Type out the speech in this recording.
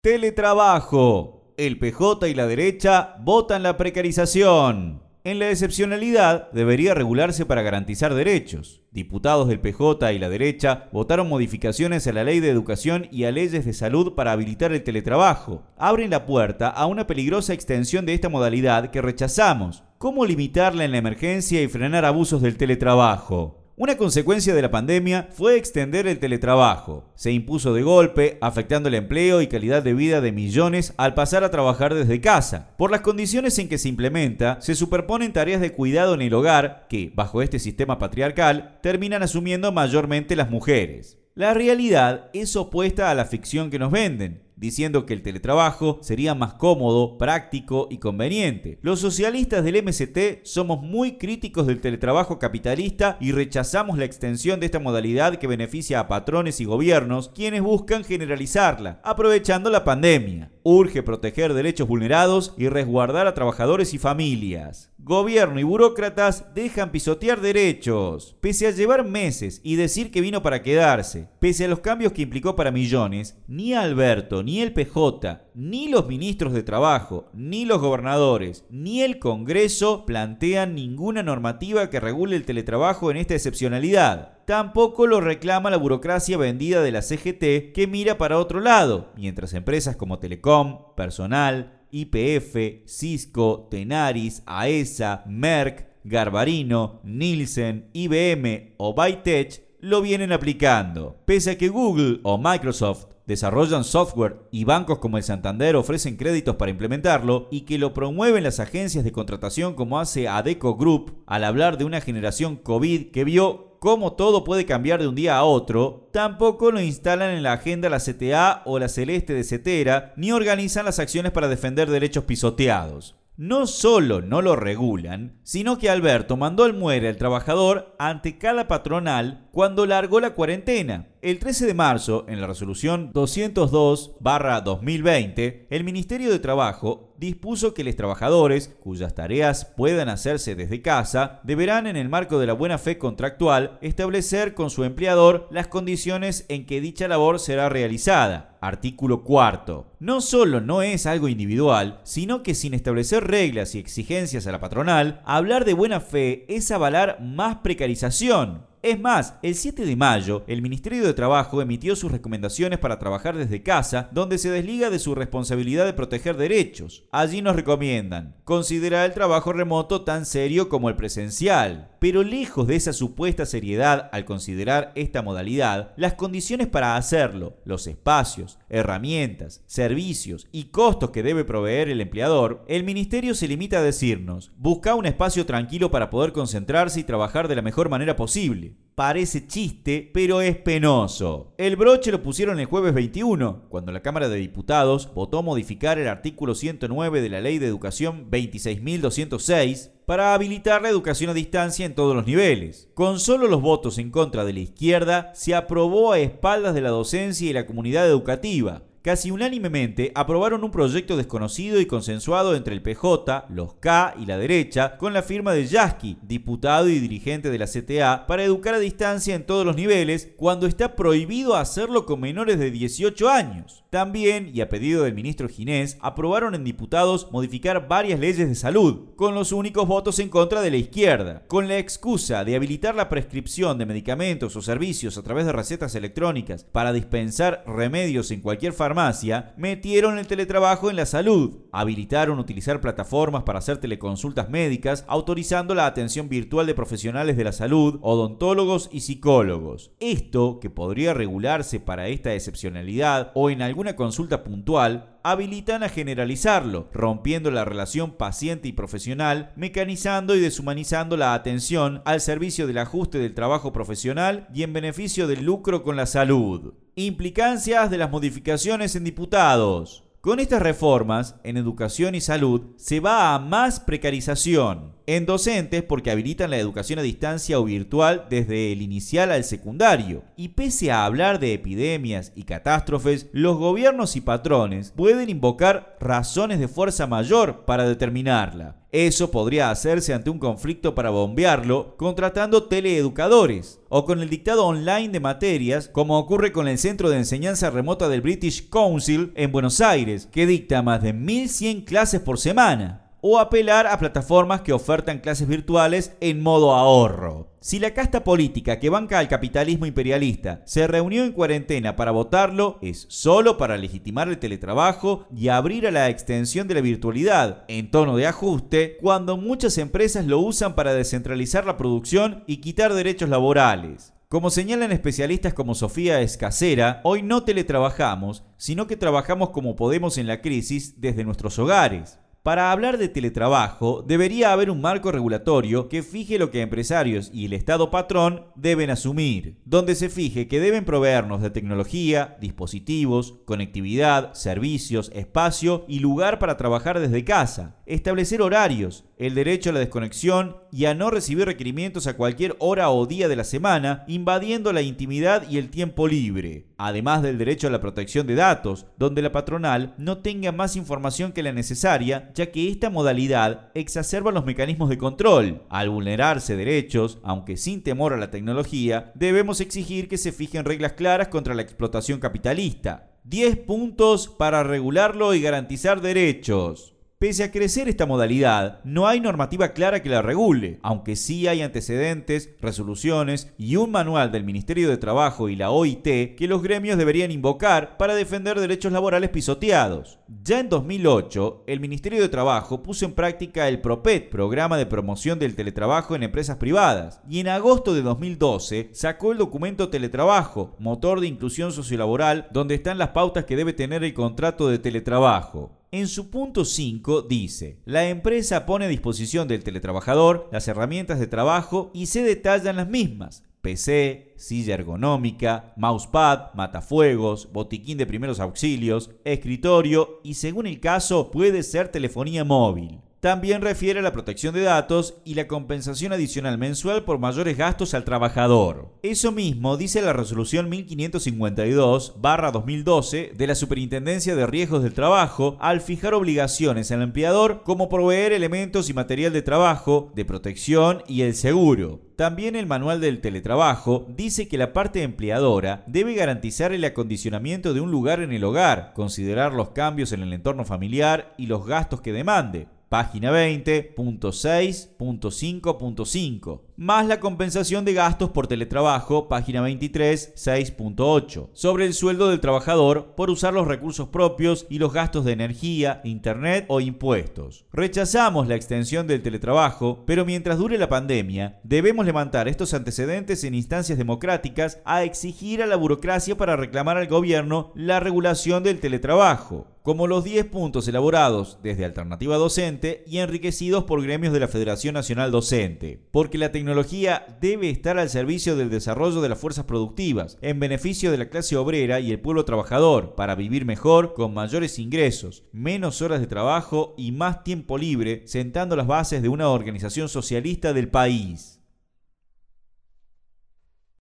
Teletrabajo. El PJ y la derecha votan la precarización. En la excepcionalidad debería regularse para garantizar derechos. Diputados del PJ y la derecha votaron modificaciones a la Ley de Educación y a leyes de salud para habilitar el teletrabajo. Abren la puerta a una peligrosa extensión de esta modalidad que rechazamos. ¿Cómo limitarla en la emergencia y frenar abusos del teletrabajo? Una consecuencia de la pandemia fue extender el teletrabajo. Se impuso de golpe, afectando el empleo y calidad de vida de millones al pasar a trabajar desde casa. Por las condiciones en que se implementa, se superponen tareas de cuidado en el hogar que, bajo este sistema patriarcal, terminan asumiendo mayormente las mujeres. La realidad es opuesta a la ficción que nos venden, diciendo que el teletrabajo sería más cómodo, práctico y conveniente. Los socialistas del MST somos muy críticos del teletrabajo capitalista y rechazamos la extensión de esta modalidad que beneficia a patrones y gobiernos, quienes buscan generalizarla, aprovechando la pandemia. Urge proteger derechos vulnerados y resguardar a trabajadores y familias. Gobierno y burócratas dejan pisotear derechos. Pese a llevar meses y decir que vino para quedarse, pese a los cambios que implicó para millones, ni Alberto, ni el PJ, ni los ministros de Trabajo, ni los gobernadores, ni el Congreso plantean ninguna normativa que regule el teletrabajo en esta excepcionalidad. Tampoco lo reclama la burocracia vendida de la CGT, que mira para otro lado, mientras empresas como Telecom, Personal, YPF, Cisco, Tenaris, AESA, Merck, Garbarino, Nielsen, IBM o Bytech lo vienen aplicando. Pese a que Google o Microsoft desarrollan software y bancos como el Santander ofrecen créditos para implementarlo y que lo promueven las agencias de contratación como hace Adecco Group al hablar de una generación COVID que vio cómo todo puede cambiar de un día a otro, tampoco lo instalan en la agenda la CTA o la Celeste de Cetera, ni organizan las acciones para defender derechos pisoteados. No solo no lo regulan, sino que Alberto mandó al muere al trabajador ante cada patronal cuando largó la cuarentena. El 13 de marzo, en la resolución 202/2020, el Ministerio de Trabajo dispuso que los trabajadores, cuyas tareas puedan hacerse desde casa, deberán, en el marco de la buena fe contractual, establecer con su empleador las condiciones en que dicha labor será realizada. Artículo 4. No solo no es algo individual, sino que sin establecer reglas y exigencias a la patronal, hablar de buena fe es avalar más precarización. Es más, el 7 de mayo, el Ministerio de Trabajo emitió sus recomendaciones para trabajar desde casa, donde se desliga de su responsabilidad de proteger derechos. Allí nos recomiendan considerar el trabajo remoto tan serio como el presencial. Pero lejos de esa supuesta seriedad al considerar esta modalidad, las condiciones para hacerlo, los espacios, herramientas, servicios y costos que debe proveer el empleador, el Ministerio se limita a decirnos: busca un espacio tranquilo para poder concentrarse y trabajar de la mejor manera posible. Parece chiste, pero es penoso. El broche lo pusieron el jueves 21, cuando la Cámara de Diputados votó modificar el artículo 109 de la Ley de Educación 26.206 para habilitar la educación a distancia en todos los niveles. Con solo los votos en contra de la izquierda, se aprobó a espaldas de la docencia y la comunidad educativa. Casi unánimemente aprobaron un proyecto desconocido y consensuado entre el PJ, los K y la derecha, con la firma de Yasky, diputado y dirigente de la CTA, para educar a distancia en todos los niveles, cuando está prohibido hacerlo con menores de 18 años. También, y a pedido del ministro Ginés, aprobaron en diputados modificar varias leyes de salud, con los únicos votos en contra de la izquierda. Con la excusa de habilitar la prescripción de medicamentos o servicios a través de recetas electrónicas para dispensar remedios en cualquier farmacia, metieron el teletrabajo en la salud. Habilitaron utilizar plataformas para hacer teleconsultas médicas, autorizando la atención virtual de profesionales de la salud, odontólogos y psicólogos. Esto, que podría regularse para esta excepcionalidad o en alguna consulta puntual, habilitan a generalizarlo, rompiendo la relación paciente y profesional, mecanizando y deshumanizando la atención al servicio del ajuste del trabajo profesional y en beneficio del lucro con la salud. Implicancias de las modificaciones en diputados. Con estas reformas, en educación y salud, se va a más precarización. En docentes, porque habilitan la educación a distancia o virtual desde el inicial al secundario. Y pese a hablar de epidemias y catástrofes, los gobiernos y patrones pueden invocar razones de fuerza mayor para determinarla. Eso podría hacerse ante un conflicto para bombearlo, contratando teleeducadores. o con el dictado online de materias, como ocurre con el Centro de Enseñanza Remota del British Council en Buenos Aires, que dicta más de 1.100 clases por semana, o apelar a plataformas que ofertan clases virtuales en modo ahorro. Si la casta política que banca al capitalismo imperialista se reunió en cuarentena para votarlo, es solo para legitimar el teletrabajo y abrir a la extensión de la virtualidad, en tono de ajuste, cuando muchas empresas lo usan para descentralizar la producción y quitar derechos laborales. Como señalan especialistas como Sofía Escacera, hoy no teletrabajamos, sino que trabajamos como podemos en la crisis desde nuestros hogares. Para hablar de teletrabajo, debería haber un marco regulatorio que fije lo que empresarios y el Estado patrón deben asumir, donde se fije que deben proveernos de tecnología, dispositivos, conectividad, servicios, espacio y lugar para trabajar desde casa, establecer horarios, el derecho a la desconexión y a no recibir requerimientos a cualquier hora o día de la semana, invadiendo la intimidad y el tiempo libre, además del derecho a la protección de datos, donde la patronal no tenga más información que la necesaria, ya que esta modalidad exacerba los mecanismos de control. Al vulnerarse derechos, aunque sin temor a la tecnología, debemos exigir que se fijen reglas claras contra la explotación capitalista. 10 puntos para regularlo y garantizar derechos. Pese a crecer esta modalidad, no hay normativa clara que la regule, aunque sí hay antecedentes, resoluciones y un manual del Ministerio de Trabajo y la OIT que los gremios deberían invocar para defender derechos laborales pisoteados. Ya en 2008, el Ministerio de Trabajo puso en práctica el PROPET, Programa de Promoción del Teletrabajo en Empresas Privadas, y en agosto de 2012 sacó el documento Teletrabajo, motor de inclusión sociolaboral, donde están las pautas que debe tener el contrato de teletrabajo. En su punto 5 dice: la empresa pone a disposición del teletrabajador las herramientas de trabajo y se detallan las mismas: PC, silla ergonómica, mousepad, matafuegos, botiquín de primeros auxilios, escritorio y, según el caso, puede ser telefonía móvil. También refiere a la protección de datos y la compensación adicional mensual por mayores gastos al trabajador. Eso mismo dice la resolución 1552/2012 de la Superintendencia de Riesgos del Trabajo al fijar obligaciones al empleador como proveer elementos y material de trabajo, de protección y el seguro. También el manual del teletrabajo dice que la parte empleadora debe garantizar el acondicionamiento de un lugar en el hogar, considerar los cambios en el entorno familiar y los gastos que demande. Página 20.6.5.5, más la compensación de gastos por teletrabajo, página 23, 6.8, sobre el sueldo del trabajador por usar los recursos propios y los gastos de energía, internet o impuestos. Rechazamos la extensión del teletrabajo, pero mientras dure la pandemia, debemos levantar estos antecedentes en instancias democráticas a exigir a la burocracia para reclamar al gobierno la regulación del teletrabajo, como los 10 puntos elaborados desde Alternativa Docente y enriquecidos por gremios de la Federación Nacional Docente, porque la tecnología debe estar al servicio del desarrollo de las fuerzas productivas, en beneficio de la clase obrera y el pueblo trabajador, para vivir mejor, con mayores ingresos, menos horas de trabajo y más tiempo libre, sentando las bases de una organización socialista del país.